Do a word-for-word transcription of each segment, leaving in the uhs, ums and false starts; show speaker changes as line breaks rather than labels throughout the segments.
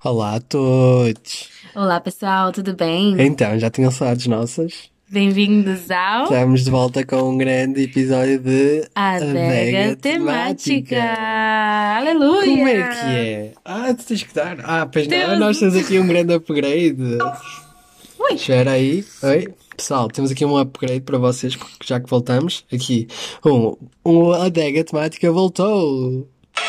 Olá a todos!
Olá pessoal, tudo bem?
Então, já tinham saudades nossas?
Bem-vindos ao
Estamos de volta com um grande episódio de
Adega Temática. Aleluia!
Como é que é? Ah, tu tens que dar. Ah, pois não,
Temos-
nós temos aqui um grande upgrade.
Ui.
Espera aí. Oi. Pessoal, temos aqui um upgrade para vocês, já que voltamos. Aqui, um, um Adega Temática voltou!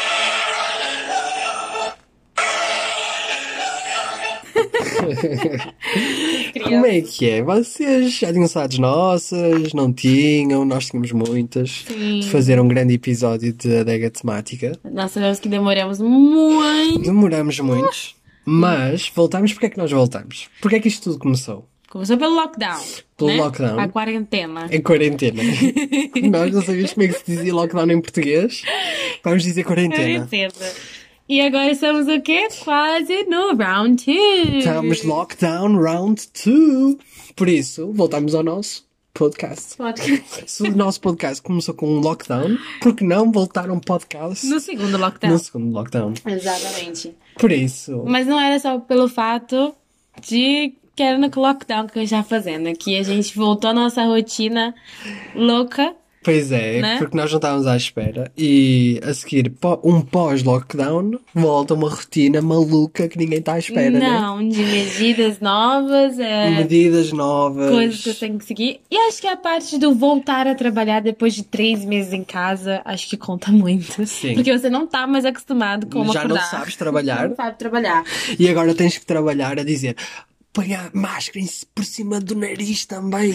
Como é que é? Vocês já tinham saudades nossas? Não tinham? Nós tínhamos muitas.
Sim.
De fazer um grande episódio de Adega Temática.
Nós sabemos que demoramos muito.
Demoramos muito, mas voltamos. Porque é que nós voltamos? Porque é que isto tudo começou?
Começou pelo lockdown.
Pelo
né?
lockdown.
A quarentena.
Em quarentena. Nós não sabíamos como é que se dizia lockdown em português. Vamos dizer quarentena.
Quarentena. E agora estamos o quê? Quase no round two.
Estamos lockdown round two. Por isso, voltamos ao nosso podcast.
Podcast.
Se o nosso podcast começou com um lockdown, por que não voltar a um podcast
No segundo lockdown.
no segundo lockdown?
Exatamente.
Por isso,
Mas não era só pelo fato de que era no lockdown que a gente estava fazendo. Que a gente voltou à nossa rotina louca.
pois é,
Né?
porque nós não estávamos à espera. E a seguir, pó- um pós-lockdown, volta uma rotina maluca que ninguém está à espera, né?
Não, de medidas novas, é,
Medidas novas.
coisas que eu tenho que seguir. E acho que a parte do voltar a trabalhar depois de três meses em casa, acho que conta muito.
Sim.
Porque você não tá mais acostumado com
Já não
acordar.
sabes trabalhar.
Não sabe trabalhar.
E agora tens que trabalhar a dizer: põe a máscara em- por cima do nariz também.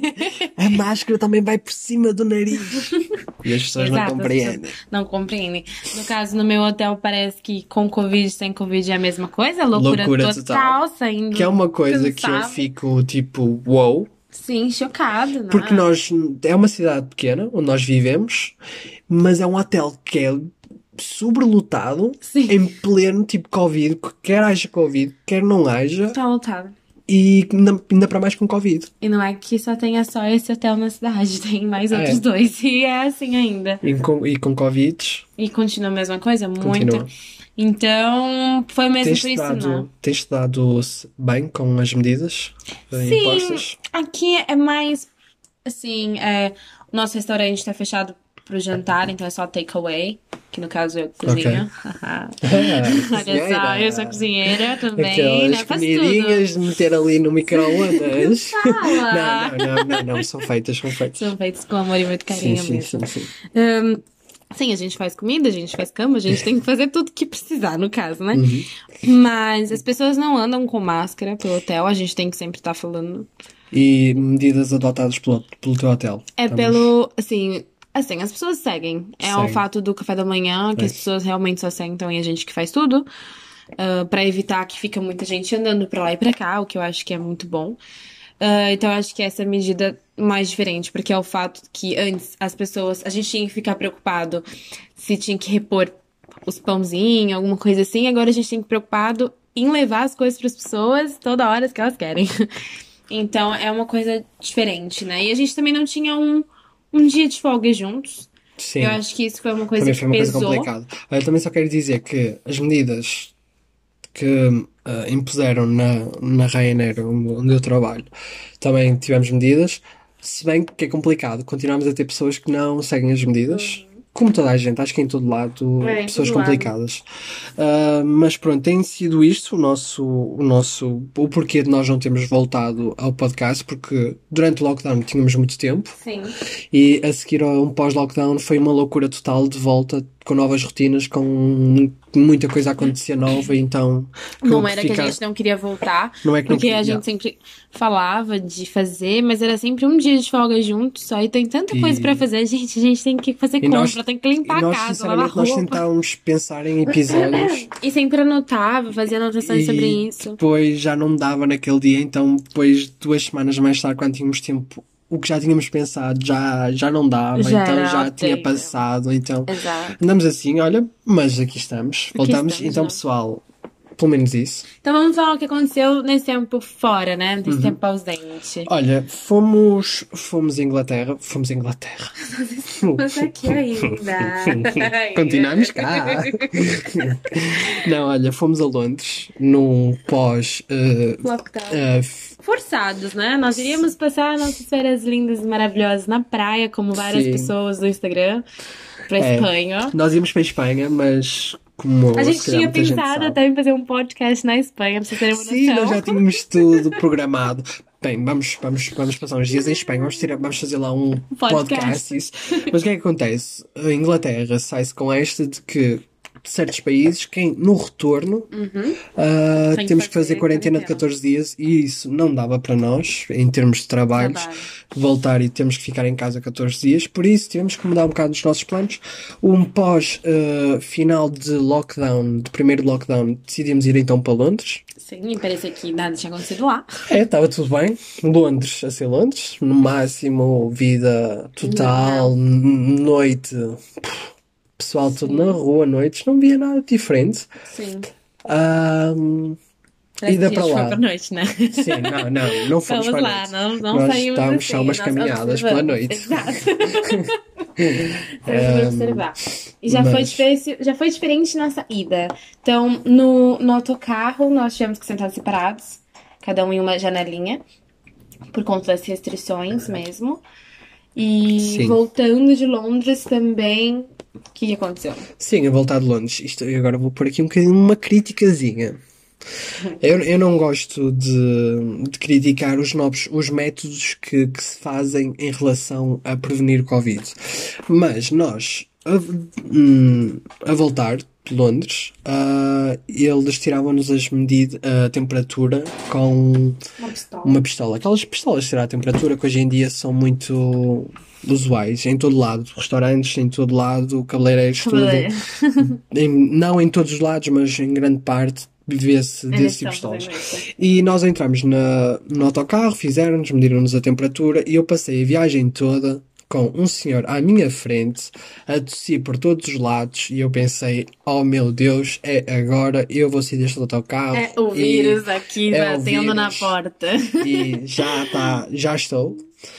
A máscara também vai por cima do nariz. E as pessoas não
Exato, as
compreendem.
pessoas Não compreendem. No caso, no meu hotel, parece que com Covid e sem Covid é a mesma coisa. Loucura,
Loucura
total,
total.
saindo.
Que é uma coisa que eu
cansado.
fico tipo, wow.
Sim, chocado, não
Porque
é?
nós, é uma cidade pequena onde nós vivemos, mas é um hotel que é sobrelotado
Sim.
em pleno tipo Covid, quer haja Covid, quer não haja,
Tá lotado.
e ainda, ainda para mais com Covid.
E não é que só tenha só esse hotel na cidade, tem mais
É.
outros dois. E é assim ainda.
E com, e com Covid,
E continua a mesma coisa?
Continua.
Muito. Então, foi mesmo
tens
por isso,
dado,
não.
tens dado bem com as medidas eh,
Sim,
impostas?
aqui é mais, assim, é, o nosso restaurante tá fechado pro jantar, então é só takeaway, que no caso eu cozinho. Olha só, eu sou cozinheira também,
Aquelas
né? Faço
comidinhas
tudo.
de meter ali no micro-ondas.
Fala!
não, não, não, não, não, são feitas, são feitas.
São feitos com amor e muito
Sim,
carinho
sim,
mesmo.
sim, sim.
Hum, sim, a gente faz comida, a gente faz cama, a gente tem que fazer tudo que precisar, no caso, né?
Uhum.
Mas as pessoas não andam com máscara pelo hotel, a gente tem que sempre estar falando.
E medidas adotadas pelo, pelo teu hotel?
É
Estamos-
pelo, assim, assim, as pessoas seguem. É o
Seguem.
fato do café da manhã, que
É.
as pessoas realmente só sentam e a gente que faz tudo. ah, pra evitar que fica muita gente andando pra lá e pra cá, o que eu acho que é muito bom. Ah, então eu acho que essa é a medida mais diferente, porque é o fato que antes as pessoas, a gente tinha que ficar preocupado se tinha que repor os pãozinhos, alguma coisa assim, agora a gente tem que ficar preocupado em levar as coisas pras pessoas toda hora que elas querem. Então é uma coisa diferente, né? E a gente também não tinha um, um dia de folga juntos.
Sim.
Eu acho que isso foi uma coisa
Também
que
foi uma coisa
pesou.
complicada. Olha, também só quero dizer que as medidas que ah, impuseram na, na Ryanair, onde eu trabalho, também tivemos medidas, se bem que é complicado, continuamos a ter pessoas que não seguem as medidas. Como toda a gente, acho que em todo lado,
É, em
pessoas
todo lado.
complicadas. Ah, mas pronto, tem sido isto o nosso, o nosso, o porquê de nós não termos voltado ao podcast, porque durante o lockdown tínhamos muito tempo.
Sim.
E a seguir a um pós-lockdown foi uma loucura total de volta, com novas rotinas, com muita coisa a acontecer nova, e então...
Não
acabou
era
por
que a
ficar-
gente não queria voltar,
Não é que não
porque a
queria.
gente sempre falava de fazer, mas era sempre um dia de folga juntos, só e tem tanta
E-
coisa pra fazer, gente, a gente tem que fazer
E
compra,
nós-
tem que limpar
e nós,
a casa, lavar
sinceramente, nós
roupa.
tentávamos pensar em episódios
E sempre anotava, fazia anotações
e
sobre isso.
depois já não dava naquele dia, então depois, duas semanas mais tarde, quando tínhamos tempo, o que já tínhamos pensado já, já não dava,
Já
então
era
já tinha
outdated.
passado, então
Exato.
andamos assim, olha, mas aqui estamos, voltamos,
estamos,
então
não?
pessoal, Pelo menos isso.
Então vamos falar o que aconteceu nesse tempo fora, né? Nesse tempo ausente.
Olha, fomos, fomos à Inglaterra. Fomos à Inglaterra.
Estamos aqui ainda.
Continuamos cá. Não, olha, fomos a Londres num pós... eh,
Lockdown.
eh, f-
Forçados, né? Nós iríamos passar nossas férias lindas e maravilhosas na praia, como várias
Sim.
pessoas do Instagram, pra
é,
Espanha.
Nós íamos para a Espanha, mas como
A gente
se calhar
tinha
muita gente
pensado
sabe.
até em fazer um podcast na Espanha, pra vocês terem uma
Sim, nós
noção.
já tínhamos tudo programado. Bem, vamos, vamos, vamos passar uns dias em Espanha, vamos, tirar, vamos fazer lá um
Podcast.
podcast. Isso. Mas o que é que acontece? A Inglaterra sai-se com esta de que certos países, quem no retorno, ah,
Tem que
temos que
fazer
fazer quarentena de
quarentena.
catorze dias e isso não dava para nós, em termos de trabalhos,
Trabalho.
voltar e temos que ficar em casa catorze dias, por isso tivemos que mudar um bocado os nossos planos. Um pós ah, final de lockdown, de primeiro lockdown, decidimos ir então para Londres.
Sim, e parecia que nada tinha acontecido lá.
É, estava tudo bem. Londres, a ser Londres. No máximo, vida total, n- noite. Pff, Pessoal todo na rua, noites. Não via nada diferente.
Sim.
Ahm,
Parece
ida
que
para
a gente foi
lá.
pra noite, né?
Sim, não, não, não fomos
Vamos
para a
lá,
noite.
não, não
Nós
saímos
estávamos
assim,
só umas
nós
caminhadas pela
observamos.
noite.
Exato. Temos que observar. E já,
mas-
foi diferente, já foi diferente nossa ida. Então, no, no autocarro, nós tivemos que sentar separados, cada um em uma janelinha, por conta das restrições mesmo. E
Sim.
voltando de Londres também, o que aconteceu?
Sim, a voltar de Londres. Isto, eu agora vou pôr aqui um bocadinho uma criticazinha. Eu, eu não gosto de, de criticar os novos os métodos que, que se fazem em relação a prevenir o Covid. Mas nós, a, hum, a voltar de Londres, ah, eles tiravam-nos as medidas, a temperatura com
Uma pistola.
uma pistola. Aquelas pistolas de tirar a temperatura que hoje em dia são muito usuais em todo lado. Restaurantes em todo lado, cabeleireiros, tudo. Em- não em todos os lados, mas em grande parte vê-se
Eles
desse tipo de
estão
pistolas.
fazendo isso.
E nós entramos na, no autocarro, fizeram-nos, mediram-nos a temperatura e eu passei a viagem toda com um senhor à minha frente a tossir por todos os lados e eu pensei, oh meu Deus, é agora, eu vou sair deste autocarro.
É o
e-
vírus aqui
é o
batendo na
vírus.
porta.
e já tá, já estou.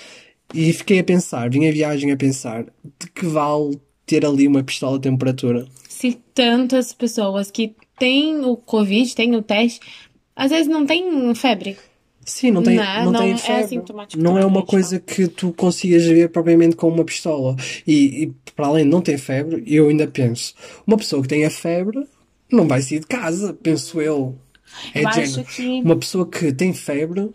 E fiquei a pensar, vim a viagem a pensar, de que vale ter ali uma pistola de temperatura?
Se tantas pessoas que têm o Covid, têm o teste, às vezes não tem febre.
Sim, não tem,
Não,
não
não
tem
é
febre.
assintomático
Não é uma
totalmente,
coisa que tu consigas ver propriamente com uma pistola. E, e para além de não ter febre, eu ainda penso, uma pessoa que tenha febre não vai sair de casa, penso eu. É
Eu
de
acho
género.
que-
Uma pessoa que tem febre,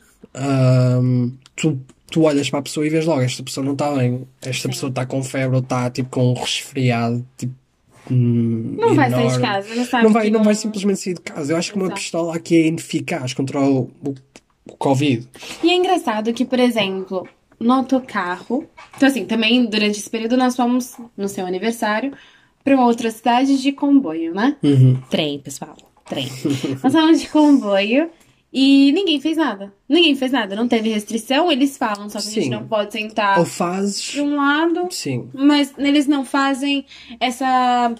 ahm, tu, tu olhas para a pessoa e vês logo, esta pessoa não está bem. Esta pessoa está com febre ou está tipo com um resfriado, tipo, hum,
Não vai sair de
enorme.
casa, não sabe
Não vai,
que
não
não-
vai simplesmente sair de casa. Eu acho que uma
Exato.
pistola aqui é ineficaz contra o, o, o Covid.
E é engraçado que, por exemplo, no autocarro. Então, assim, também durante esse período nós fomos, no seu aniversário, pra uma outra cidade de comboio, né?
Uhum.
Trem, pessoal. Trem. Nós fomos de comboio e ninguém fez nada. Ninguém fez nada. Não teve restrição, eles falam, só que a gente
Sim.
não pode sentar
Ou fazes.
de um lado.
Sim.
Mas eles não fazem essa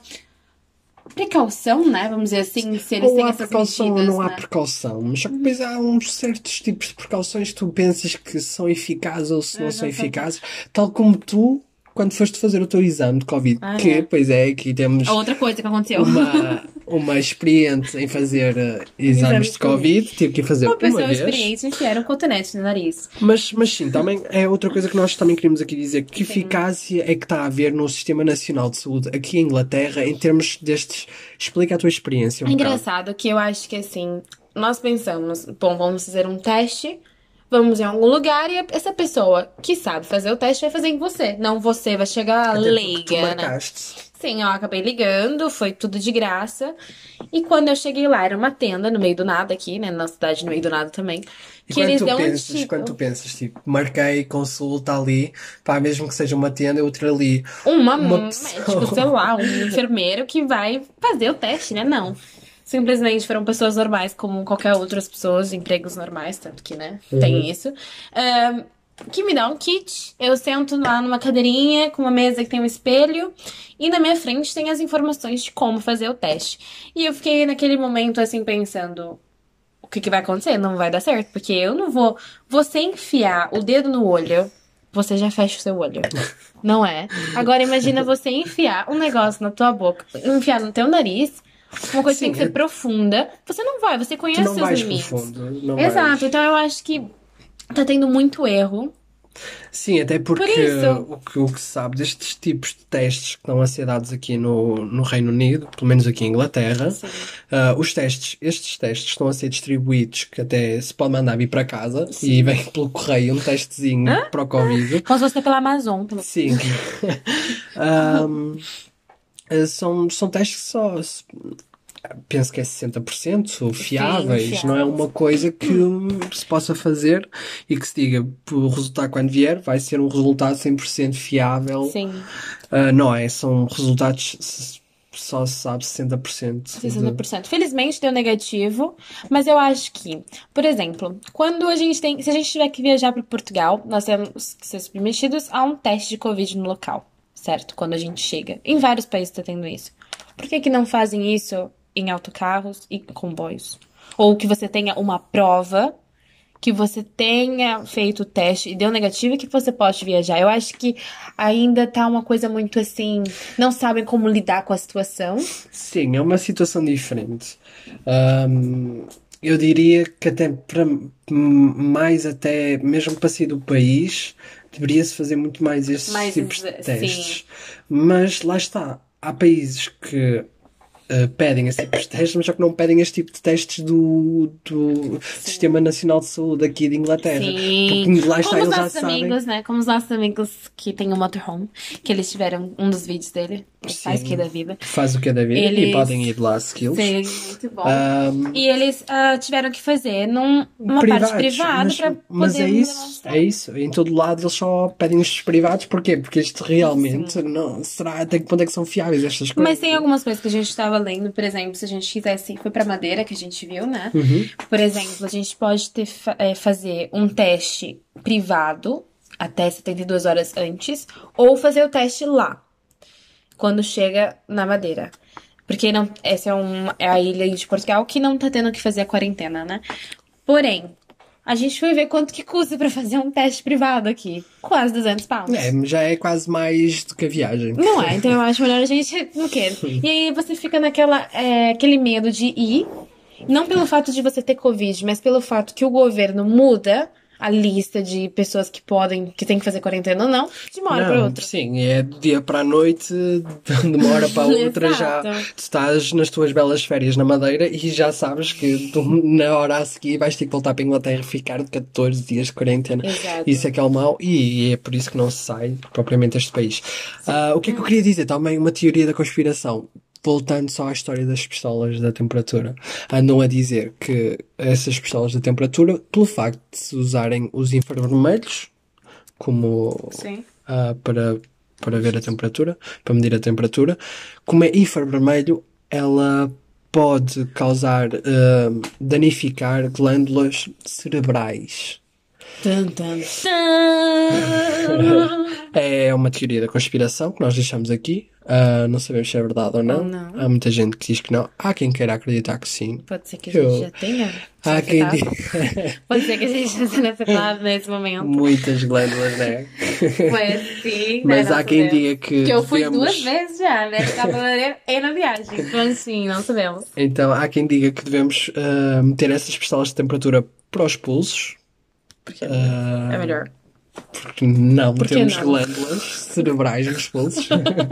precaução, né? Vamos dizer assim, se eles
Ou
têm
há
essas
precaução ou
medidas,
não há
né?
precaução. Mas só que depois há uns certos tipos de precauções que tu pensas que são eficazes ou se não são
Exatamente.
eficazes. Tal como tu, quando foste fazer o teu exame de Covid.
Ah,
que,
é.
pois é, aqui temos
A outra coisa que aconteceu.
uma, uma experiente em fazer eh, exames
Exames
de
de
Covid. Tive que ir fazer
Uma
uma
pessoa
vez.
experiente enfiaram um cotonete no nariz.
Mas, mas sim, também é outra coisa que nós também queríamos aqui dizer. Que eficácia é que está a haver no Sistema Nacional de Saúde aqui em Inglaterra em termos destes... Explica a tua experiência um
É
bocado.
engraçado que eu acho que assim, nós pensamos, bom, vamos fazer um teste, vamos em algum lugar e essa pessoa que sabe fazer o teste vai fazer em você. Não você vai chegar
Até porque tu
leiga, né?
marcaste.
Sim, eu acabei ligando, foi tudo de graça. E quando eu cheguei lá, era uma tenda no meio do nada aqui, né? Na cidade no meio do nada também.
E
que
quando
eles
tu
dão um
pensas,
título.
quando tu pensas, tipo, marquei consulta ali, pá, mesmo que seja uma tenda, outra ali.
Uma,
Uma
um
pessoa.
médico, sei lá, um enfermeiro que vai fazer o teste, né? Não. Simplesmente foram pessoas normais, como qualquer outras pessoas, empregos normais, tanto que, né,
Uhum.
tem isso. Ahn, que me dá um kit, eu sento lá numa cadeirinha com uma mesa que tem um espelho e na minha frente tem as informações de como fazer o teste. E eu fiquei naquele momento assim pensando, o que que vai acontecer? Não vai dar certo, porque eu não vou... Você enfiar o dedo no olho, você já fecha o seu olho. Não é? Agora imagina você enfiar um negócio na tua boca, enfiar no teu nariz, uma coisa que tem
Sim,
que ser
é-
profunda. Você não vai, você
tu
conhece
não
seus
vais
limites.
profundo, não
Exato,
vais.
então eu acho que tá tendo muito erro.
Sim, até
Por
porque
isso.
o que, o que se sabe destes tipos de testes que estão a ser dados aqui no, no Reino Unido, pelo menos aqui em Inglaterra,
Sim.
ah, os testes, estes testes estão a ser distribuídos que até se pode mandar vir para casa e
Sim.
vem pelo correio um testezinho
Hã?
para o Covid.
Como se fosse pela Amazon. Pelo...
Sim. Ahm, ah, são, são testes que só se- penso que é sessenta por cento fiáveis, não é
fiáveis.
uma coisa que hum, se possa fazer e que se diga, o resultado quando vier vai ser um resultado cem por cento fiável.
Sim,
Ah, não é, são resultados se- só se sabe sessenta por cento
sessenta
de...
por cento. Felizmente deu negativo, mas eu acho que, por exemplo, quando a gente tem, se a gente tiver que viajar para Portugal, nós temos que ser submetidos a um teste de Covid no local, certo? Quando a gente chega. Em vários países tá tendo isso. Por que que não fazem isso em autocarros e comboios? Ou que você tenha uma prova que você tenha feito o teste e deu negativo e que você pode viajar. Eu acho que ainda tá uma coisa muito assim, não sabem como lidar com a situação.
Sim, é uma situação diferente. Ahm, eu diria que até para m- mais até mesmo para sair do país deveria-se fazer muito mais esses
Mas,
tipos de
sim,
testes. Mas lá está, há países que ah, pedem esse tipo de testes, mas só que não pedem este tipo de testes do, do Sistema Nacional de Saúde aqui de Inglaterra.
sim.
Porque lá está,
Como os
eles já
nossos
sabem.
amigos, né? Como os nossos amigos que tem o motorhome, que eles tiveram um dos vídeos dele, que faz que
Sim,
da vida.
faz o que é da vida e
Eles
podem ir lá segui-los.
Sim, muito bom.
Ahm,
E eles ah, tiveram que fazer num, numa parte
privados,
privada
mas,
pra
mas
poder
é isso,
demonstrar.
é isso. Em todo lado eles só pedem estes privados, porquê? Porque isto realmente
Sim.
não será até que ponto é que são fiáveis estas coisas.
Mas tem algumas coisas que a gente estava lendo, por exemplo, se a gente quisesse, foi pra Madeira que a gente viu, né?
Uhum.
Por exemplo, a gente pode ter, fa- é, fazer um teste privado até setenta e duas horas antes, ou fazer o teste lá, quando chega na Madeira. Porque não, essa é, um, é a ilha de Portugal que não tá tendo que fazer a quarentena, né? Porém, a gente foi ver quanto que custa pra fazer um teste privado aqui. Quase duzentos pounds.
É, já é quase mais do que a viagem.
Não é, então eu acho melhor a gente não queira. E aí você fica naquela, é, aquele medo de ir, não pelo fato de você ter Covid, mas pelo fato que o governo muda a lista de pessoas que podem, que tem que fazer quarentena ou não, de uma hora para
Não,
outra.
sim, é do dia para a noite, de uma hora para a outra já
Exato.
tu estás nas tuas belas férias na Madeira e já sabes que tu, na hora a seguir vais ter que voltar para a Inglaterra e ficar de catorze dias de quarentena.
Exato.
Isso é que é o mau e é por isso que não se sai propriamente deste país. Ah, o que é que eu queria dizer? Também uma teoria da conspiração. Voltando só à história das pistolas da temperatura, andam a dizer que essas pistolas da temperatura, pelo facto de se usarem os infravermelhos como
Sim.
ah, para, para ver a temperatura, para medir a temperatura. Como é infravermelho, ela pode causar, ah, danificar glândulas cerebrais.
Tum, tum, tum.
É uma teoria da conspiração que nós deixamos aqui. Ah, não sabemos se é verdade ou não.
Ou não.
Há muita gente que diz que não. Há quem queira acreditar que sim.
Pode ser que a gente
Eu-
já tenha.
Há
sido
quem
afetado.
diga
Pode ser que a gente já tenha afetado nesse momento.
muitas glândulas, né?
Mas sim,
Mas
né,
há
não
quem
sabemos.
diga que
Que eu fui
devemos-
duas vezes já, né? Cabeleireiro e na viagem. Então, assim, não sabemos.
Então, há quem diga que devemos ah, meter essas pistolas de temperatura para os pulsos.
Porque
Ah,
é melhor.
Porque não
Por que
temos
não?
glândulas cerebrais nos pulsos.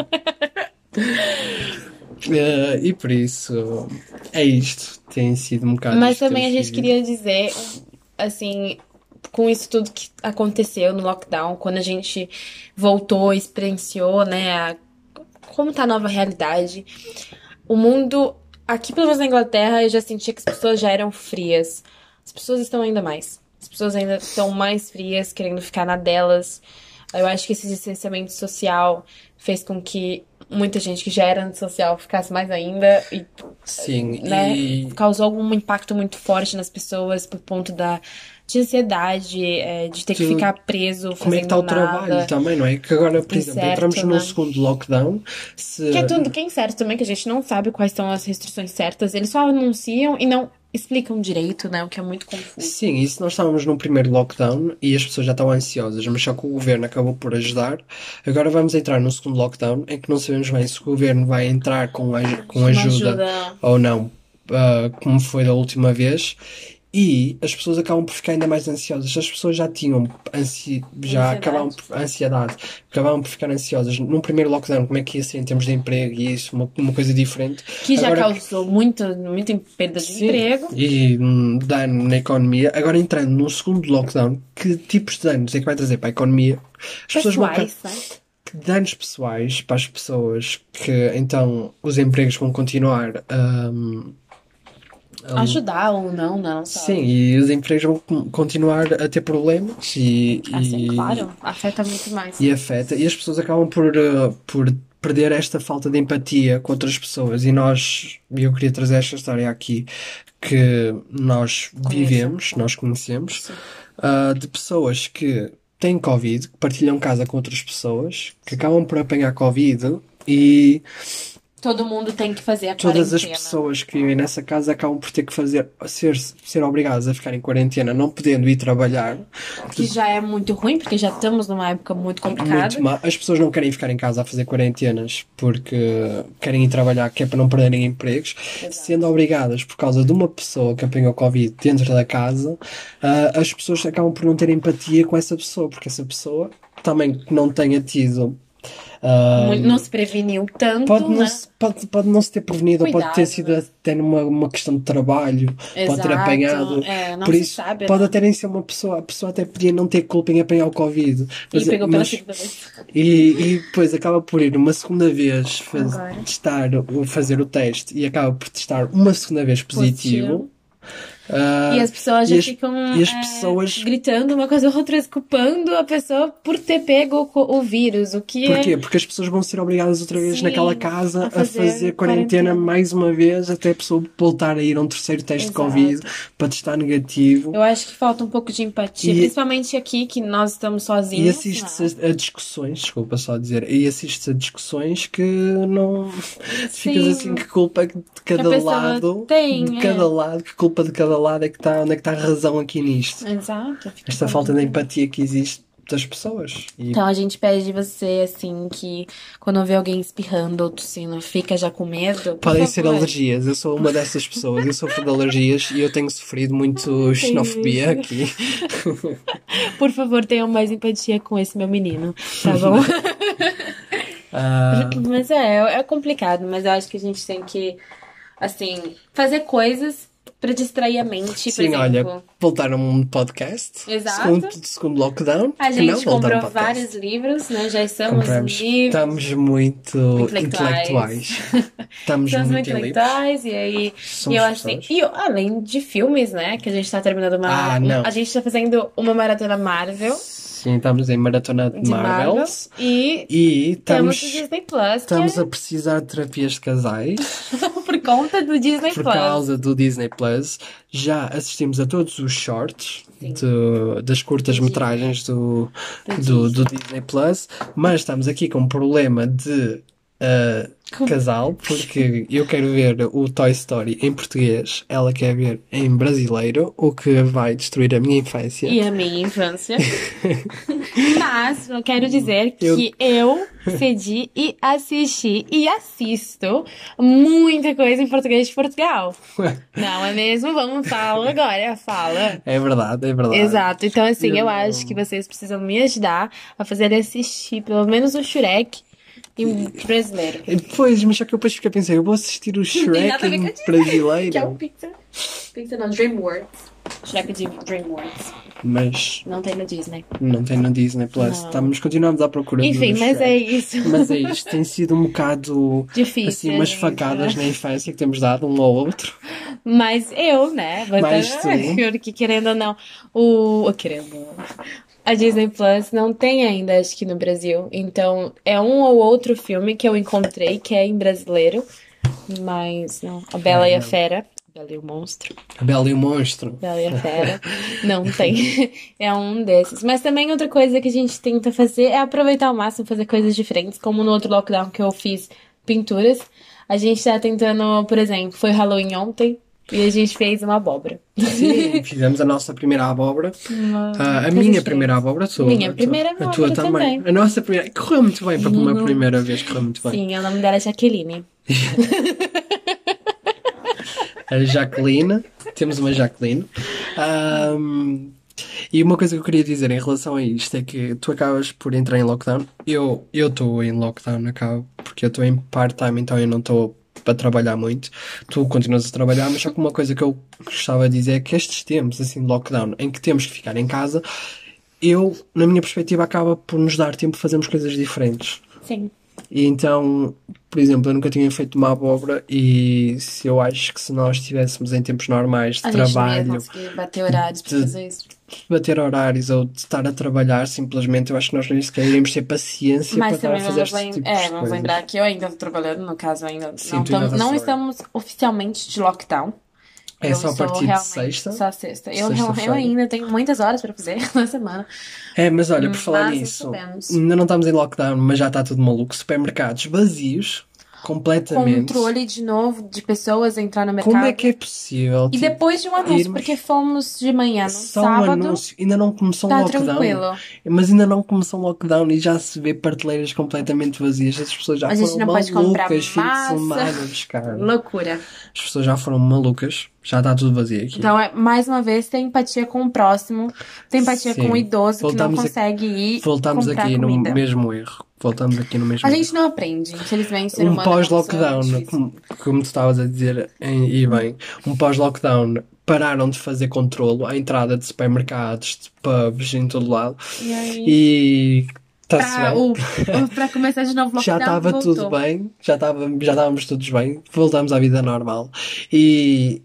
Ah, e por isso, é isto. Tem sido um bocado
Mas
isto que
também a
temos
gente
vivido.
queria dizer, assim, com isso tudo que aconteceu no lockdown, quando a gente voltou, experienciou, né, a- como tá a nova realidade. O mundo, aqui pelo menos na Inglaterra, eu já sentia que as pessoas já eram frias. As pessoas estão ainda mais. As pessoas ainda estão mais frias, querendo ficar na delas. Eu acho que esse distanciamento social fez com que muita gente que já era antissocial ficasse mais ainda e,
Sim,
né,
e
causou algum impacto muito forte nas pessoas por ponto da, de ansiedade, é, de ter que
Tu-
ficar preso
como é que está
fazendo
o trabalho
nada.
também, não é? Que agora, por exemplo,
Incerto,
entramos no
né?
segundo lockdown. Se...
Que é tudo que é incerto também, que a gente não sabe quais são as restrições certas. Eles só anunciam e não explicam direito, né? O que é muito confuso.
Sim, e se nós estávamos no primeiro lockdown e as pessoas já estavam ansiosas, mas só que o governo acabou por ajudar, agora vamos entrar no segundo lockdown em que não sabemos bem se o governo vai entrar com, a, com
Uma
ajuda,
ajuda.
ou não, ah, como foi da última vez. E as pessoas acabam por ficar ainda mais ansiosas. As pessoas já tinham ansi... já
Ansiedade.
acabavam por ansiedade, acabavam por ficar ansiosas. No primeiro lockdown, como é que ia ser em termos de emprego e isso, uma, uma coisa diferente.
Que já
Agora-
causou muita, muita perda de
Sim,
emprego.
e hum, dano na economia. Agora entrando num segundo lockdown, que tipos de danos é que vai trazer para a economia? As pessoas vão
Pessoais, né?
que danos pessoais para as pessoas que então os empregos vão continuar hum, a
Ajudar ou não, não, sabe?
sim, e os empregos vão con- continuar a ter problemas e,
Assim,
e,
claro, afeta muito mais.
e afeta. E as pessoas acabam por, uh, por perder esta falta de empatia com outras pessoas. E nós, e eu queria trazer esta história aqui, que nós vivemos, nós conhecemos,
Sim.
uh, de pessoas que têm Covid, que partilham casa com outras pessoas, que acabam por apanhar Covid e
Todo mundo tem que fazer a
todas as
quarentena.
pessoas que vivem nessa casa acabam por ter que fazer, ser, ser obrigadas a ficar em quarentena, não podendo ir trabalhar.
Que já é muito ruim, porque já estamos numa época muito complicada.
Muito mal. As pessoas não querem ficar em casa a fazer quarentenas porque querem ir trabalhar, que é para não perderem empregos.
Exato.
Sendo obrigadas por causa de uma pessoa que apanhou Covid dentro da casa, ah, as pessoas acabam por não ter empatia com essa pessoa, porque essa pessoa também que não tenha tido. ah,
Muito- Não se preveniu tanto,
Pode não,
né?
se, pode, pode não se ter prevenido, ou pode ter
Cuidado,
sido
né?
até numa uma questão de trabalho, pode ter
Exato,
apanhado.
é, não
Por
se
isso,
sabe,
pode
né?
até nem ser uma pessoa, a pessoa até podia não ter culpa em apanhar o Covid.
E pegou pela
mas-
segunda vez.
e, e depois acaba por ir uma segunda vez faz-
Agora.
testar, o- fazer o teste e acaba por testar uma segunda vez positivo.
Positivo.
Ah,
E as pessoas já
e as-
ficam
e as
é,
pessoas-
gritando uma coisa ou outra, culpando a pessoa por ter pego o, co- o vírus, o que
Porquê?
é...
Porque as pessoas vão ser obrigadas outra vez
Sim,
naquela casa
a
a
fazer
fazer, quarentena,
quarentena.
mais uma vez até a pessoa voltar a ir a um terceiro teste
Exato.
de Covid para testar negativo.
Eu acho que falta um pouco de empatia,
E-
principalmente aqui, que nós estamos
E
sozinhos.
assiste-se
né?
a, a discussões, desculpa só dizer, e assiste-se a discussões que não ficas
Sim.
assim, que culpa de cada
pessoa
lado,
tem,
de
é.
cada lado, que culpa de cada lado é que está, onde é que está a razão aqui nisto.
Exato. fica
Esta
muito
falta de
bem.
empatia que existe das pessoas. E
Então a gente pede de você, assim, que quando vê alguém espirrando ou tossindo, fica já com medo. por
podem ser
favor.
alergias, eu sou uma dessas pessoas, eu sofro de alergias e eu tenho sofrido muito xenofobia aqui.
Por favor, tenham mais empatia com esse meu menino, tá bom?
Ah,
Mas é, é complicado, mas eu acho que a gente tem que, assim, fazer coisas pra distrair a mente, por
sim,
exemplo.
olha, voltar a um podcast,
Exato.
segundo, segundo lockdown,
A
que não
gente
voltar a um
comprou
podcast.
vários livros, né? Já estamos
Compramos.
livres.
Estamos muito
Intelectuais.
intelectuais. Estamos
Somos
muito
muito
livres.
intelectuais, e aí,
Somos
e eu acho assim,
pessoas.
e eu- além de filmes, né, que a gente tá terminando uma,
Ah, não.
a gente tá fazendo uma maratona Marvel,
Sim, estamos em maratona de
de Marvel,
Marvels.
e
E
temos
estamos,
o Disney Plus,
estamos
que
a precisar de terapias de casais
é por conta do Disney
por
Plus.
causa do Disney Plus. Já assistimos a todos os shorts
Sim.
do- das curtas-metragens do,
Do
do, do Disney Plus, mas estamos aqui com um problema de ah, casal, porque eu quero ver o Toy Story em português, ela quer ver em brasileiro, o que vai destruir a minha infância.
E a minha infância. Mas eu quero dizer
Eu-
que eu cedi e assisti e assisto muita coisa em português de Portugal. Não é mesmo? Vamos, fala agora, fala.
É verdade, é verdade.
Exato. Então, assim, eu,
Eu-
acho que vocês precisam me ajudar a fazer assistir pelo menos o Shrek em brasileiro.
E depois, mas só que eu depois fiquei a pensar, eu vou assistir o
tem
Shrek
nada a ver
em
com a Disney,
brasileiro,
Que é o Pixar. Pixar não, DreamWorks. Shrek de DreamWorks.
mas
Não tem no Disney.
não tem no Disney Plus.
Não.
Estamos, continuamos à procura
Enfim,
do
mas
Shrek.
é isso.
Mas é isto, tem sido um bocado
Difícil,
assim, umas
gente,
facadas
né?
na infância que temos dado um ao outro.
Mas eu, né?
Mais tu.
Porque querendo ou não, o. o Querendo ou não. A Disney Plus não tem ainda, acho que no Brasil. Então, é um ou outro filme que eu encontrei que é em brasileiro. Mas não. A Bela
É,
e a
não.
Fera. A Bela e o Monstro.
A Bela e o Monstro.
Bela e a Fera. Não tem. É um desses. Mas também outra coisa que a gente tenta fazer é aproveitar ao máximo, fazer coisas diferentes. Como no outro lockdown que eu fiz pinturas. A gente tá tentando, por exemplo, foi Halloween ontem. E a gente fez uma abóbora.
Sim, fizemos a nossa primeira abóbora.
Uma
Ah, a
coisa
minha
diferente.
primeira abóbora, a tua.
Minha
a tua-
primeira
A tua
abóbora
também.
também.
A nossa primeira. Correu muito bem para uma
Uhum.
primeira vez, correu muito bem.
Sim, o nome dela é Jaqueline.
A Jacqueline, temos uma Jacqueline. Ahm, e uma coisa que eu queria dizer em relação a isto é que tu acabas por entrar em lockdown. Eu eu estou em lockdown, acabo, porque eu estou em part-time, então eu não estou para trabalhar muito. Tu continuas a trabalhar, mas só que uma coisa que eu gostava de dizer é que estes tempos, assim, de lockdown, em que temos que ficar em casa, eu, na minha perspectiva, acaba por nos dar tempo de fazermos coisas diferentes.
Sim.
E então, por exemplo, eu nunca tinha feito uma abóbora e se eu acho que se nós estivéssemos em tempos normais de
A gente não ia
trabalho,
conseguir bater horários pra
de-
fazer isso.
de bater horários ou de estar a trabalhar, simplesmente eu acho que nós nem sequer iríamos ter paciência para
Mas
estar a
também
fazer
vamos,
este
lem
tipo
é,
de
vamos
coisas.
lembrar que eu ainda tô trabalhando, no caso, ainda
Sim,
não,
tu ainda
tam-
estás
não
a
estamos oficialmente de lockdown.
É
Eu
só a
sou
partir de
realmente
sexta?
só sexta. Eu, real- eu
Sexta-feira.
ainda tenho muitas horas pra fazer na semana.
É, mas olha, por falar
Mas não
nisso,
sabemos.
ainda não estamos em lockdown, mas já está tudo maluco. Supermercados vazios, completamente.
Controle de novo de pessoas entrar no mercado.
Como é que é possível?
E
tipo,
depois de um anúncio,
irmos-
porque fomos de manhã no
Só um
sábado,
anúncio, ainda não começou um
tá
lockdown.
tranquilo.
Mas ainda não começou um lockdown e já se vê prateleiras completamente vazias. As pessoas já
A gente
foram
não pode comprar
malucas fim de
massa.
semana buscar.
Loucura.
As pessoas já foram malucas, já está tudo vazio aqui.
Então, é, mais uma vez, ter empatia com o próximo, ter empatia
Sim.
com o idoso
Voltamos
que
a-
não consegue ir
Voltamos
comprar
aqui
comida.
no mesmo erro. Voltamos aqui no mesmo
A
erro.
gente não aprende, infelizmente, ser
Um
humano é uma pessoa
pós-lockdown,
difícil.
como, como tu estavas a dizer, em- e bem, um pós-lockdown, pararam de fazer controlo à entrada de supermercados, de pubs, em todo lado.
E aí,
E está-se
pra,
bem.
o, o- pra começar de novo o
Já
lockdown,
estava
voltou.
tudo bem, já estava, já estávamos todos bem, voltamos à vida normal. E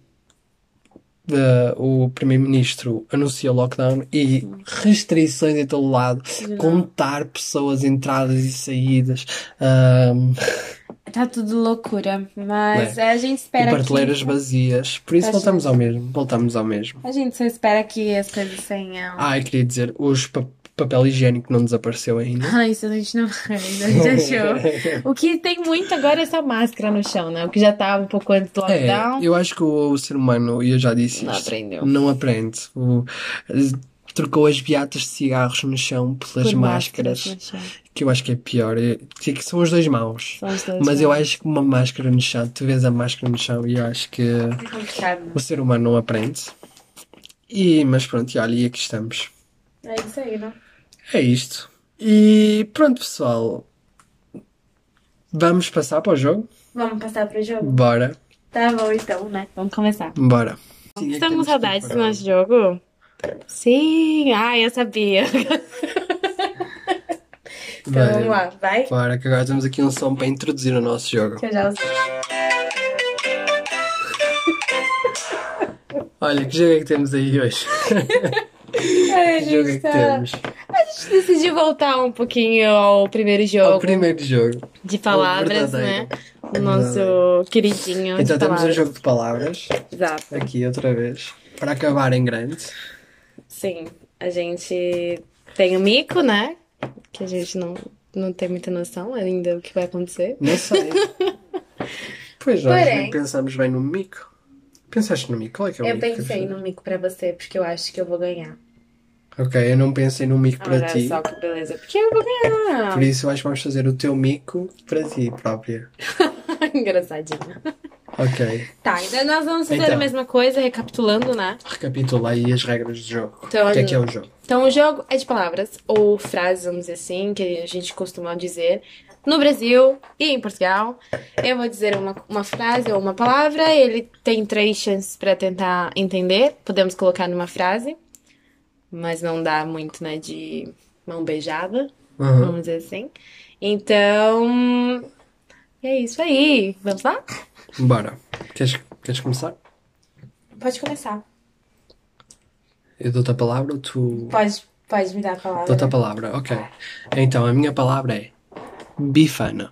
eh, o primeiro-ministro anunciou lockdown e restrições em todo lado,
Não.
contar pessoas entradas e saídas, ahm,
Tá tudo loucura, mas
Né?
a gente
e
espera
prateleiras
que...
vazias. Por isso
Tá
voltamos
gente.
ao mesmo, voltamos ao mesmo.
A gente só espera que as coisas tenham...
Ah, eu queria dizer, os pa- papel higiênico não desapareceu ainda.
Ah, isso a gente não ainda, a gente achou. O que tem muito agora é essa máscara no chão, né? O que já tava um pouco antes do
É,
lockdown.
eu acho que o, o ser humano, e eu já disse
Não
isto,
aprendeu.
não aprende. O- trocou as beatas de cigarros no chão pelas
Por
máscaras,
no chão.
que eu acho que é pior. É- que que são os dois maus.
São os dois
Mas eu
maus.
acho que uma máscara no chão, tu vês a máscara no chão e eu acho que
É complicado.
o ser humano não aprende. E, mas pronto, e olha, e aqui estamos.
É isso aí, né?
É isto. E pronto, pessoal. Vamos passar para o jogo?
Vamos passar pro jogo?
Bora,
Tá bom, então, né? Vamos começar.
bora.
Estamos com saudades do nosso jogo? Sim! Ah, eu sabia. Então vamos lá, vai?
Bora, que agora temos aqui um som para introduzir o nosso jogo.
Que eu já usei.
Olha, que jogo é que temos aí hoje?
Ai, a
Que jogo é
gente
que
tá...
temos?
A gente decidiu voltar um pouquinho ao primeiro jogo
O primeiro jogo.
de palavras,
O
né?
verdadeiro.
O nosso queridinho
Então
de
temos um
palavras.
jogo de palavras.
Exato.
Aqui outra vez. Para acabar em grande.
Sim, a gente tem o mico, né? Que a gente não, não tem muita noção ainda do que vai acontecer.
Não sei. Pois nós
Porém-
nem pensamos bem no mico. Pensaste no mico? Qual é que é o
Eu
mico?
pensei no mico pra você, porque eu acho que eu vou ganhar.
Ok, eu não pensei no mico para
Olha
ti.
só que beleza. Porque eu vou ganhar.
Por isso eu acho que vamos fazer o teu mico para ti própria.
Engraçadinho.
Ok.
Tá, então nós vamos fazer
Então.
a mesma coisa, recapitulando, né?
Recapitula aí as regras do jogo.
Então,
O que é que é o jogo?
Então, o jogo é de palavras, ou frases, vamos dizer assim, que a gente costuma dizer no Brasil e em Portugal. Eu vou dizer uma, uma frase ou uma palavra, ele tem três chances pra tentar entender. Podemos colocar numa frase, mas não dá muito, né, de mão beijada,
Uhum.
vamos dizer assim. Então, é isso aí. Vamos lá?
Bora. Queres, queres começar?
Pode começar.
Eu dou-te a palavra ou tu...
Pode, pode me dar a palavra.
Dou-te a palavra, ok. Então, a minha palavra é bifana.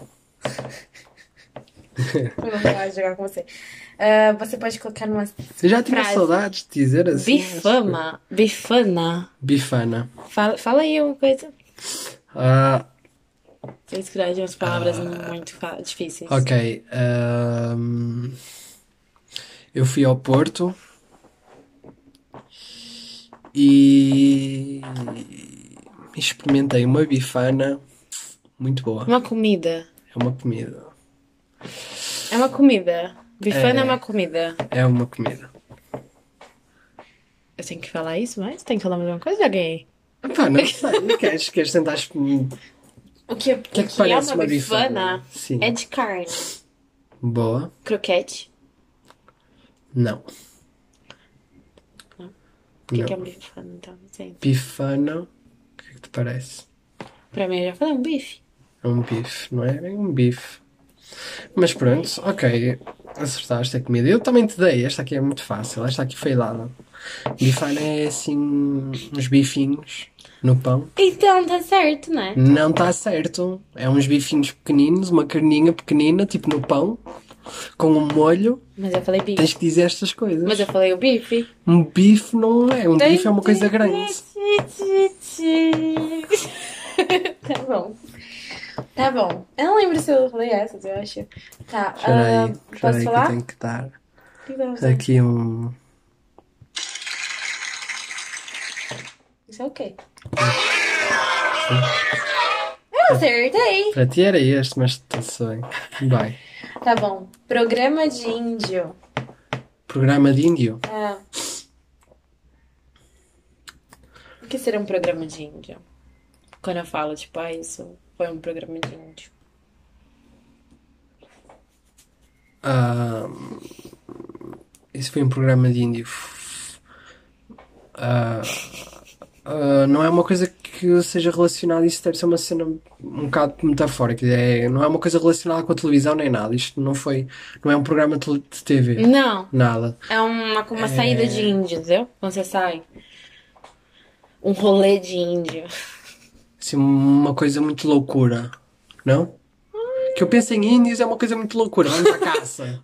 Eu vou falar de jogar com você. Ah, você pode colocar numa
Eu já tinha
frase.
saudades de dizer assim.
Bifama. Bifana.
Bifana.
Fala, fala aí uma coisa.
Ah,
Tem que escolher umas palavras muito fa- difíceis.
ok. ahm, eu fui ao Porto e experimentei uma bifana muito boa.
Uma comida.
É uma comida.
É uma comida. Bifana é,
É.
uma comida.
É uma comida.
Eu tenho que falar isso, mas tem que falar mais uma coisa, gay.
Pá, não sei. Queres, queres tentar... exp-
O que, o
que é que parece
é
uma
uma bifana,
bifana? Sim.
é de carne.
Boa?
Croquete.
Não.
O que,
Não.
que é uma bifana, então? Não sei.
Bifana, o que é que te parece?
Pra mim, eu já falei um bife.
É um bife, não é bem um bife. Mas pronto, ok. Acertaste a comida. Eu também te dei. Esta aqui é muito fácil. Esta aqui foi dada. Bifana é assim, uns bifinhos no pão.
Então, tá certo, né?
Não está certo. É uns bifinhos pequeninos, uma carninha pequenina, tipo no pão, com um molho.
Mas eu falei bife.
Tens que dizer estas coisas.
Mas eu falei o bife.
Um bife não é. Um bife é uma coisa grande.
Tá bom. Tá bom. Eu não lembro se eu falei essas, eu acho. Tá.
Espera
ah,
aí,
posso
espera aí que eu
falar?
tenho que dar
O que vai fazer?
aqui um...
Isso é o quê? Eu acertei.
Para ti era este, mas tudo bem. Vai.
Tá bom. Programa de índio.
Programa de índio.
Ah. O que seria um programa de índio? Quando eu falo, tipo, ah, isso foi um programa de índio.
Ah, isso foi um programa de índio. Ah, ah, não é uma coisa que seja relacionada, isso deve ser uma cena um bocado metafórica. É, não é uma coisa relacionada com a televisão nem nada. Isto não foi, não é um programa de tele- de T V.
Não.
Nada.
É uma, uma
É.
saída de índio, entendeu? Quando você sai. Um rolê de índio.
Assim, uma coisa muito loucura. Não? Que eu penso em índios é uma coisa muito loucura. Vamos à caça.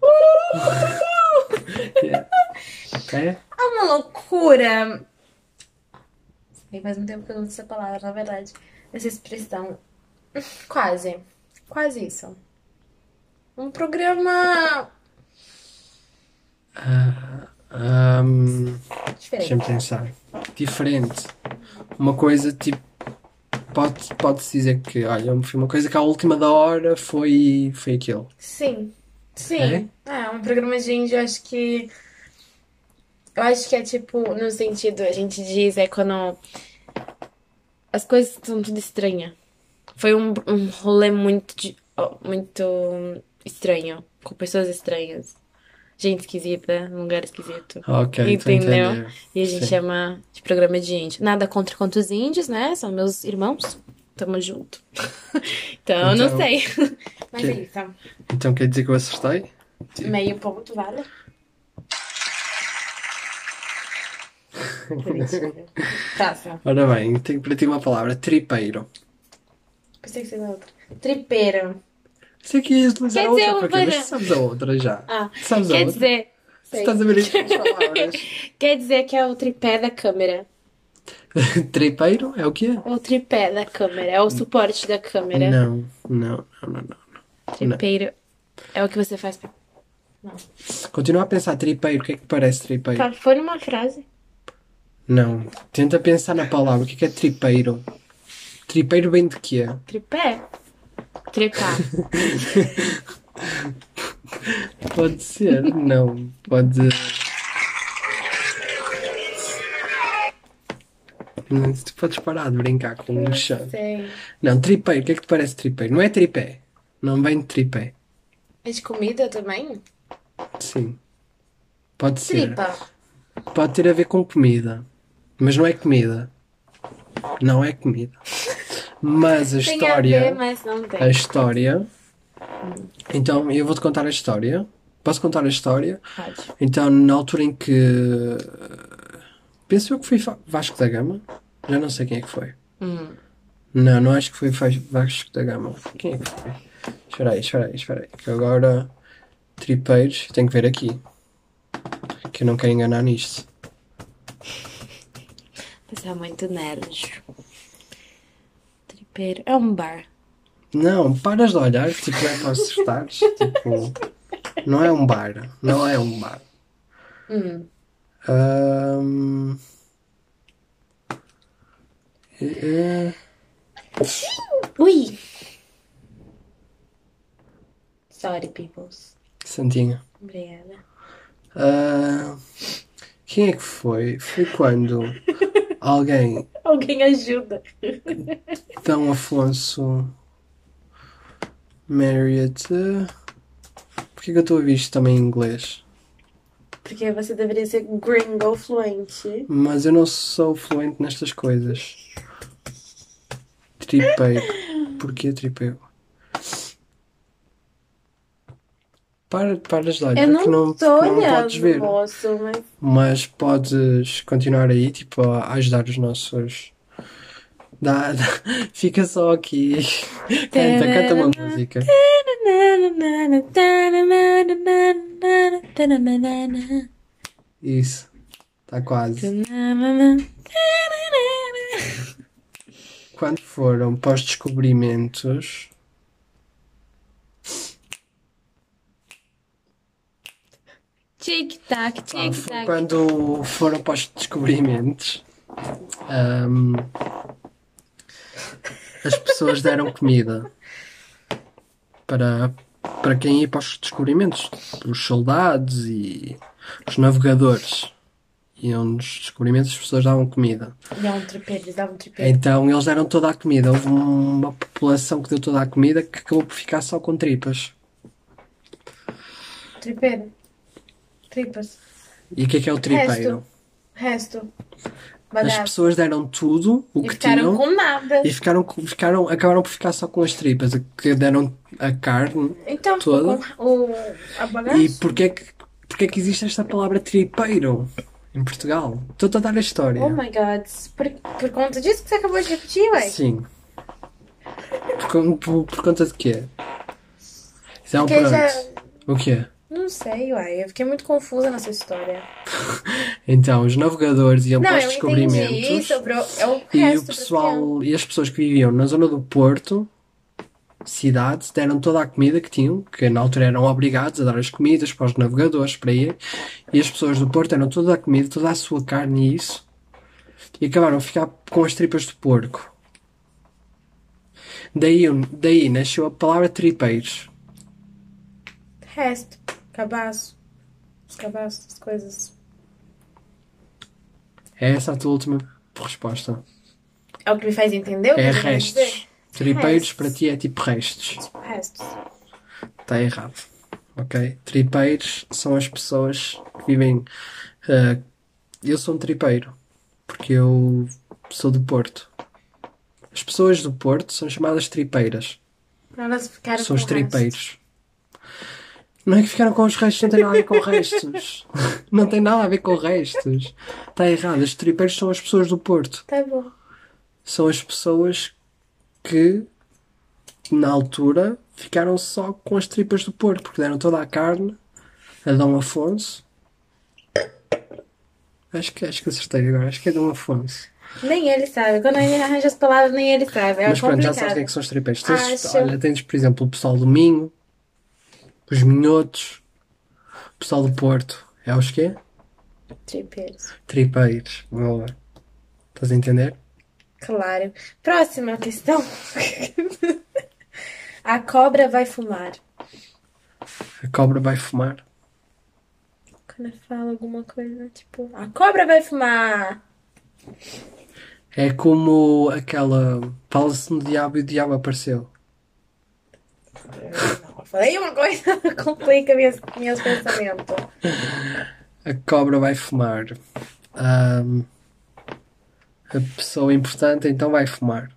É?
É uma loucura. Sei, faz muito tempo que eu não uso essa palavra, na verdade. Essa expressão. Quase. Quase isso. Um programa
Ahm,
diferente.
deixa-me pensar. Diferente. Uma coisa tipo. Pode, pode-se dizer que, olha, foi uma coisa que à última da hora foi, foi aquilo.
Sim. Sim. É? um programa de índio, eu acho que. Eu acho que é tipo, no sentido, a gente diz, é quando as coisas estão tudo estranhas. Foi um, um rolê muito, de- ó, muito estranho, com pessoas estranhas. Gente esquisita, num lugar esquisito.
Ok, estou a
Entendeu?
entender.
E a gente
Sim.
chama de programa de índio. Nada contra contra os índios, né? São meus irmãos. Tamo junto. Então, eu não
Então,
sei. Mas
que-
é isso.
Então quer dizer que eu acertei?
Meio ponto, vale? Que mentira. Próximo.
Ora bem, tenho para ti uma palavra. Tripeiro.
Pensei que seria outra. Tripeiro.
Sei que ias utilizar
Quer
a outra
dizer,
para quê? Mas
para-
tu sabes a outra já.
Ah,
Tu sabes a
quer
outra?
dizer.
Tu
Sei.
estás a ver as tuas palavras.
Quer dizer que é o tripé da câmera.
Tripeiro é o quê?
É o tripé da câmera. É o suporte da câmera.
Não, não, não, não, não.
Tripeiro é o que você faz pra.
Continua a pensar tripeiro. O que é que parece tripeiro?
Tá, foi numa frase.
Não. Tenta pensar na palavra. O que é que é tripeiro? Tripeiro vem de quê?
Tripé. Trepar.
Pode ser. Não. Pode... Não, tu podes parar de brincar com o chão.
Sei.
Não, tripeiro. O que é que te parece tripeiro? Não é tripé. Não vem de tripé.
É de comida também?
Sim. Pode ser.
Tripa.
Pode ter a ver com comida. Mas não é comida. Não é comida. Mas a
Tem a
história...
ver, mas não tem.
A história... Então, eu vou-te contar a história Posso contar a história?
Pode.
Então, na altura em que. Penso eu que foi Fa- Vasco da Gama. Já não sei quem é que foi.
Hum.
Não, não acho que foi Fa- Vasco da Gama. Quem é que foi? Espera aí, espera aí, espera aí. Que agora. Tripeiros. Tenho que ver aqui. Que eu não quero enganar nisto.
Você é muito nerd. Tripeiro. É um bar.
Não, paras de olhar. Tipo, é para acertares. Tipo. Não é um bar. Não é um bar.
Hum.
Ahm, eh,
Ui! Sorry, peoples.
Santinho.
Obrigada.
Ah, quem é que foi? Foi quando alguém,
Alguém ajuda.
Dom Afonso Marriott. eh, Porquê que eu estou a ouvir isto também em inglês?
Porque você deveria ser gringo fluente.
Mas eu não sou fluente nestas coisas. Tripeiro. Porquê tripeiro? Para, paras de olhar
Eu
que
não
não,
tô
que não podes ver.
olhando, moço, mas...
Mas podes continuar aí, tipo, a ajudar os nossos. Dá, dá- Fica só aqui. Canta, canta uma música. Isso. Está quase. Quando foram para os descobrimentos.
Tic-tac,
Ah, foi
tic-tac.
quando foram para os descobrimentos. ahm, as pessoas deram comida para, para quem ia para os descobrimentos. Os soldados e os navegadores iam nos descobrimentos, as pessoas davam comida.
Dá um tripeiro, eles davam um tripeiro.
Então eles deram toda a comida. Houve uma população que deu toda a comida que acabou por ficar só com tripas.
Tripeiro. Tripas.
E o que é que é o tripeiro?
Resto. Resto.
As
Badaço.
pessoas deram tudo o
E
que
ficaram
tinham
com nada.
e ficaram, com- ficaram, acabaram por ficar só com as tripas, que deram a carne
Então, ficou
toda.
com o, a bagaço.
E porquê que, porquê que existe esta palavra tripeiro em Portugal? Estou-te a dar a história.
Oh my god. Por, por conta disso que você acabou de repetir, ué?
Sim. Por, con- por, por conta de quê? Então,
Porque
pronto.
já...
O quê?
Não sei, uai. Eu fiquei muito confusa nessa história.
Então, os navegadores iam
Não,
para os
eu entendi
descobrimentos.
isso. Pro, é o
E
resto
o
das
pessoal e as pessoas que viviam na zona do Porto, cidade, deram toda a comida que tinham, que na altura eram obrigados a dar as comidas para os navegadores para ir, e as pessoas do Porto deram toda a comida, toda a sua carne e isso, e acabaram a ficar com as tripas do porco. Daí, daí nasceu a palavra tripeiros.
Resto. Cabaço. Os cabaços, as coisas.
É essa a tua última resposta.
É o que me faz entender o que
É
você quer dizer?
restos. Tripeiros
Restos.
para ti é tipo restos.
Restos.
Está errado. Ok? Tripeiros são as pessoas que vivem. ah, eu sou um tripeiro. Porque eu sou do Porto. As pessoas do Porto são chamadas tripeiras.
Elas ficaram
São
com
os
o resto.
tripeiros. Não é que ficaram com os restos, não tem nada a ver com restos. Não tem nada a ver com restos. Está errado. Os tripeiros são as pessoas do Porto.
Tá bom.
São as pessoas que, na altura, ficaram só com as tripas do porco, porque deram toda a carne a Dom Afonso. Acho que, acho que acertei agora. Acho que é Dom Afonso.
Nem ele sabe. Quando ele arranja as palavras, nem ele sabe. É
Mas pronto, já
complicado.
sabes o que é que são os tripeiros. Tens,
Acho.
olha, tens, por exemplo, o pessoal do Minho, os Minhotos, o pessoal do Porto. É os quê?
Tripeiros.
Tripeiros. Boa. Estás a entender?
Claro. Próxima questão. A cobra vai fumar.
A cobra vai fumar.
Quando eu falo alguma coisa, tipo... A cobra vai fumar.
É como aquela... Fala-se no diabo e o diabo apareceu.
Não, eu falei uma coisa, complica minhas, meus pensamentos.
A cobra vai fumar. Ahm, a pessoa importante então vai fumar.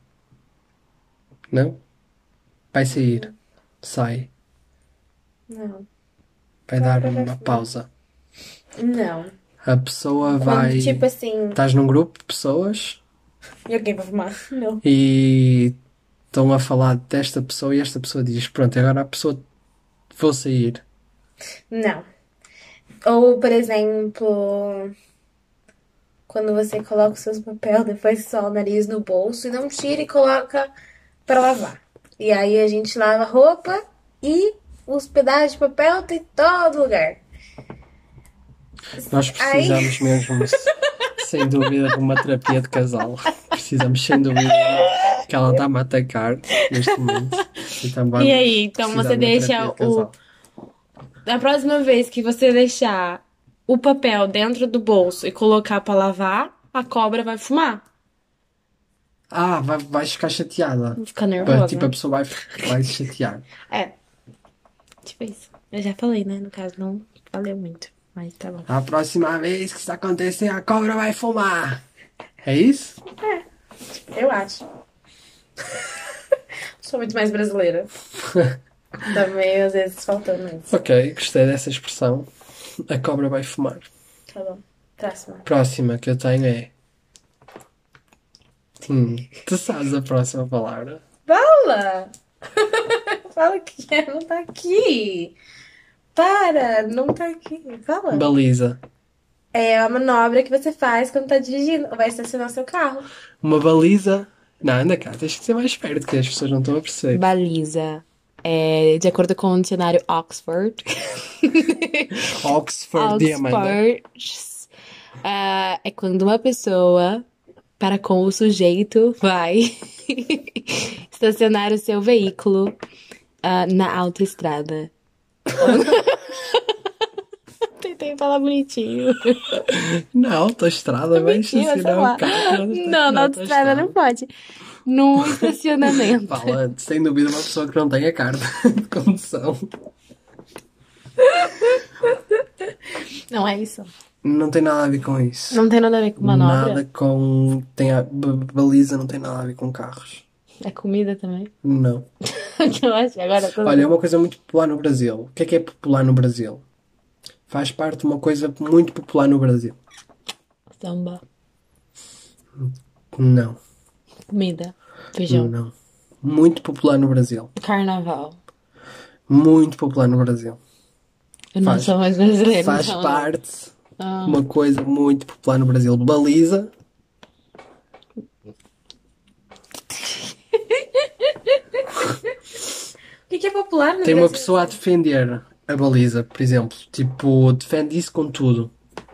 Não? Vai sair. Sai.
Não.
vai dar
Cobra vai
uma
fumar.
pausa.
Não.
A pessoa
Quando,
vai.
tipo assim,
Estás num grupo de pessoas
e alguém vai fumar? Não.
e estão a falar desta pessoa e esta pessoa diz: Pronto, agora a pessoa vou sair.
Não. Ou, por exemplo, quando você coloca os seus papéis, depois só o nariz no bolso e não tira e coloca pra lavar. E aí a gente lava a roupa e os pedaços de papel tem todo lugar.
Nós
Aí,
precisamos mesmo, sem dúvida, de uma terapia de casal. Precisamos, sem dúvida, que ela está-me a atacar neste momento. Então
e
vamos
aí, então
precisar
você
de uma
deixa
terapia de
o.
casal.
Da próxima vez que você deixar o papel dentro do bolso e colocar pra lavar, a cobra vai fumar.
Ah, vai, vais ficar chateada.
Vou ficar
Ba-
nervosa.
Tipo, a pessoa vai, vai se chatear.
É, tipo isso. Eu já falei, né? No caso, não valeu muito. Mas tá bom.
A próxima vez que isso acontecer, a cobra vai fumar. É isso?
Eu acho. Sou muito mais brasileira. Tá meio, às vezes, faltando isso.
Ok, gostei dessa expressão. A cobra vai fumar.
Tá bom. Próxima.
Próxima que eu tenho é. Hum, tu sabes a próxima palavra?
Fala! Fala que é, não tá aqui. Para, não tá aqui. Fala.
Baliza.
É a manobra que você faz quando tá dirigindo. Ou vai estacionar seu carro.
Uma baliza. Não, anda cá, tens que ser mais esperto, que as pessoas não estão a perceber.
Baliza. É, de acordo com o dicionário Oxford.
Oxford de Amanda.
Oxford. ah, é quando uma pessoa, para com o sujeito, vai estacionar o seu veículo ah, na autoestrada. Tentei falar bonitinho.
Na autoestrada vai
Mentira, sei
estacionar
lá.
o carro.
Não, na autoestrada não pode. No estacionamento.
Fala, sem dúvida, uma pessoa que não tenha carta de condução.
Não é isso.
Não tem nada a ver com isso.
Não tem nada a ver com manobra.
Nada com. Tem a b- baliza não tem nada a ver com carros.
É comida também.
Não.
Que eu acho que agora tudo
Olha, é uma coisa muito popular no Brasil. O que é que é popular no Brasil? Faz parte de uma coisa muito popular no Brasil.
samba.
Não.
Comida. Feijão.
Não. Muito popular no Brasil.
Carnaval.
Muito popular no Brasil.
Eu não
Faz-
sou mais brasileira.
Faz
então,
parte
Ah,
de uma coisa muito popular no Brasil. Baliza.
O que que é popular no
Tem uma
Brasil?
pessoa a defender a baliza, por exemplo. Tipo, defende isso com tudo.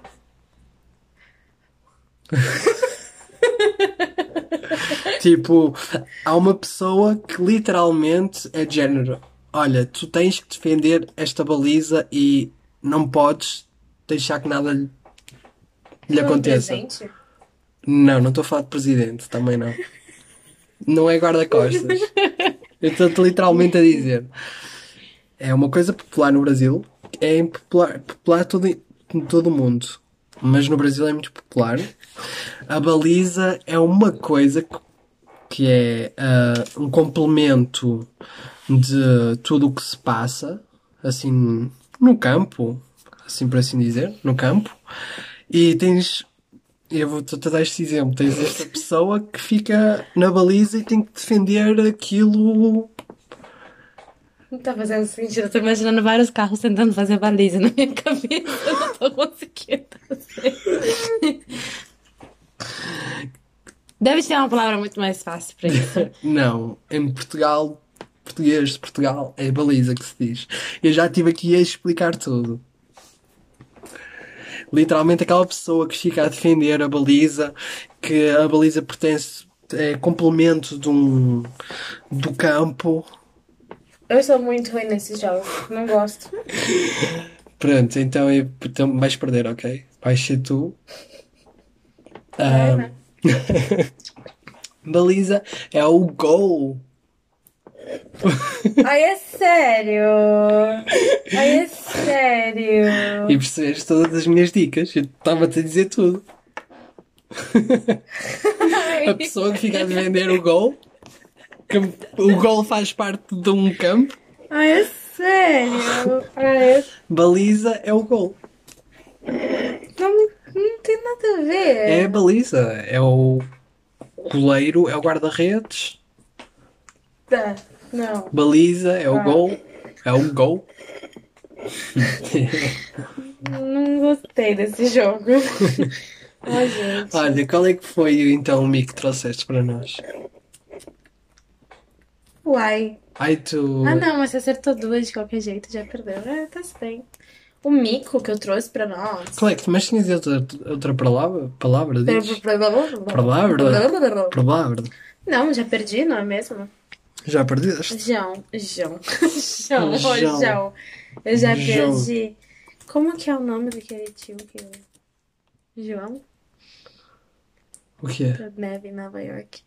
Tipo, há uma pessoa que literalmente é de género. Olha, tu tens que defender esta baliza e não podes deixar que nada lhe, lhe
Um
aconteça.
presente?
Não, não estou a falar de presidente, também não. Não é guarda-costas. Eu estou-te literalmente a dizer. É uma coisa popular no Brasil, é popular, popular todo, em todo o mundo, mas no Brasil é muito popular. A baliza é uma coisa que, que é ah, um complemento de tudo o que se passa, assim, no campo, assim por assim dizer, no campo, e tens. Eu vou-te dar este exemplo. Tens esta pessoa que fica na baliza e tem que defender aquilo.
Não tá fazendo sentido. Eu tô imaginando vários carros tentando fazer baliza na minha cabeça. Eu não tô conseguindo fazer. Deve ter uma palavra muito mais fácil pra isso.
Não, em Portugal, português de Portugal, é baliza que se diz. Eu já estive aqui a explicar tudo. Literalmente aquela pessoa que fica a defender a baliza, que a baliza pertence, é complemento de um, do campo.
Eu sou muito ruim nesses jogos. Não gosto.
Pronto, então, eu, então vais perder, ok? Vais ser tu.
É,
Ah,
né?
baliza é o gol.
Ai, é sério. Ai, é sério.
E percebeste todas as minhas dicas. Eu estava-te a dizer tudo. A pessoa que fica a defender o gol, que o gol faz parte de um campo.
Ai, é Sério? Ai,
Baliza é o gol.
não, não tem nada a ver.
É a baliza. É o goleiro, é o guarda-redes.
Tá, não.
Baliza é o
Ah.
gol. É o gol.
Não gostei desse jogo. Ai, gente.
Olha, qual é que foi então o mico que trouxeste para nós?
Uai.
Ai, tu.
Ah, não, mas você acertou duas de qualquer jeito, já perdeu. Ah, tá bem. O mico que eu trouxe pra nós.
Qual é que mas tinhas outra, outra palavra? Palavra, diz? Palavra? Palavra.
Não, já perdi, não é mesmo?
Já perdeste?
João, João, João, ô,
João.
João. Eu já
João.
perdi. Como que é o nome daquele tio que eu... João?
O que é?
Da neve em Nova York.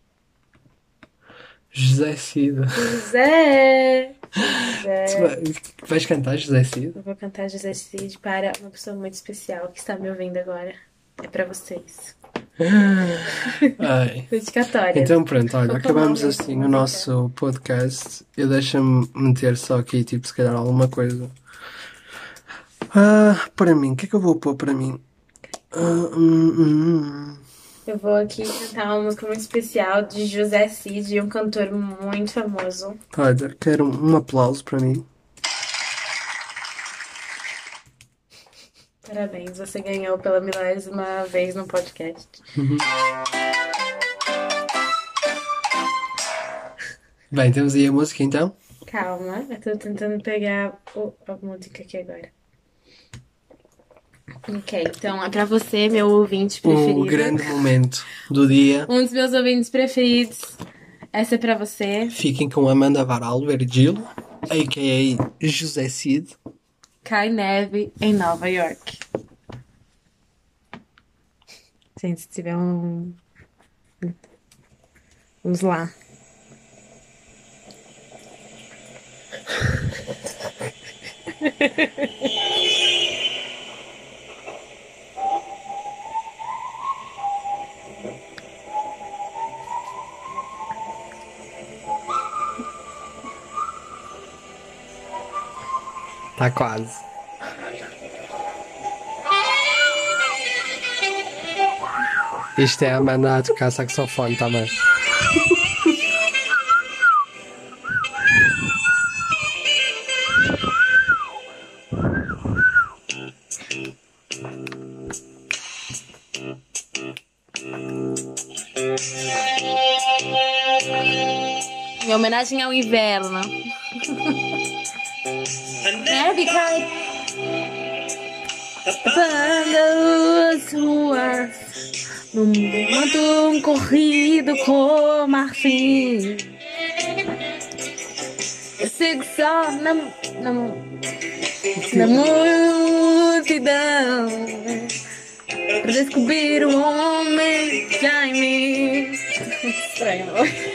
José Cida.
José!
Tu
José.
vai- vais cantar José Cida?
Eu vou cantar José Cid para uma pessoa muito especial que está me ouvindo agora. É pra vocês.
Ai.
Dedicatória.
Então pronto, olha,
Vou
acabamos
tomar uma
assim o
música.
nosso podcast. Eu deixa-me meter só aqui, tipo, se calhar alguma coisa. Ah, para mim, o que é que eu vou pôr para mim? Ah, hum, hum, hum.
Eu vou aqui cantar uma música muito especial de José Cid, um cantor muito famoso.
Olha, quero um, um aplauso para mim.
Parabéns, você ganhou pela milésima vez no podcast.
Bem, temos aí a música então.
Calma, eu tô tentando pegar o- a música aqui agora. Ok, então é pra você, meu ouvinte preferido.
O grande momento do dia.
Um dos meus ouvintes preferidos. Essa é pra você.
Fiquem com Amanda Varal Virgílio, a k a. José Cid.
Cai neve em Nova York. Gente, se tiver um... Vamos lá.
Tá quase. Isto é a Amanda a tocar saxofone também.
Em homenagem ao inverno. Neve cai. Tapando as ruas. No mundo corrido com marfim. Eu sigo só na, na, na multidão. Pra descobrir o homem que há em mim. Estranho.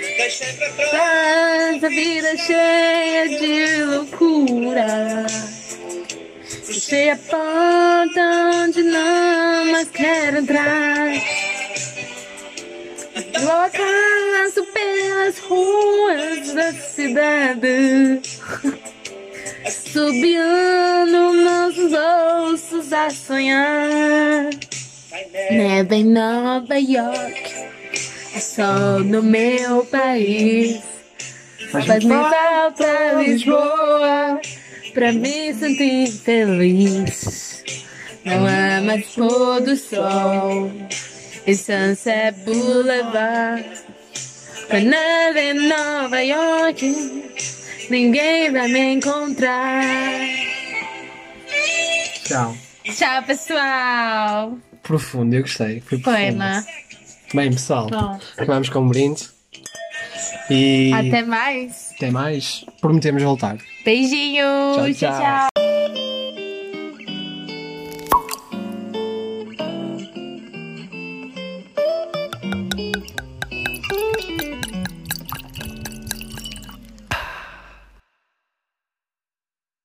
Essa vida cheia de loucura. Fechei a porta onde não mais quero entrar. Loucaço pelas ruas da cidade. Subiando nossos ossos a sonhar. Neve em Nova York. É só no meu país. Faz-me falta Lisboa pra me sentir feliz. Não há mais pôr do sol e Sunset Boulevard. Pra neve em Nova York, ninguém vai me encontrar.
Tchau.
Tchau, pessoal.
Profundo, eu gostei. Foi
Foi,
profundo.
né?
Bem, pessoal,
Bom.
vamos com um brinde. E
Até mais.
até mais. Prometemos voltar.
Beijinhos.
Tchau, tchau.
tchau. tchau.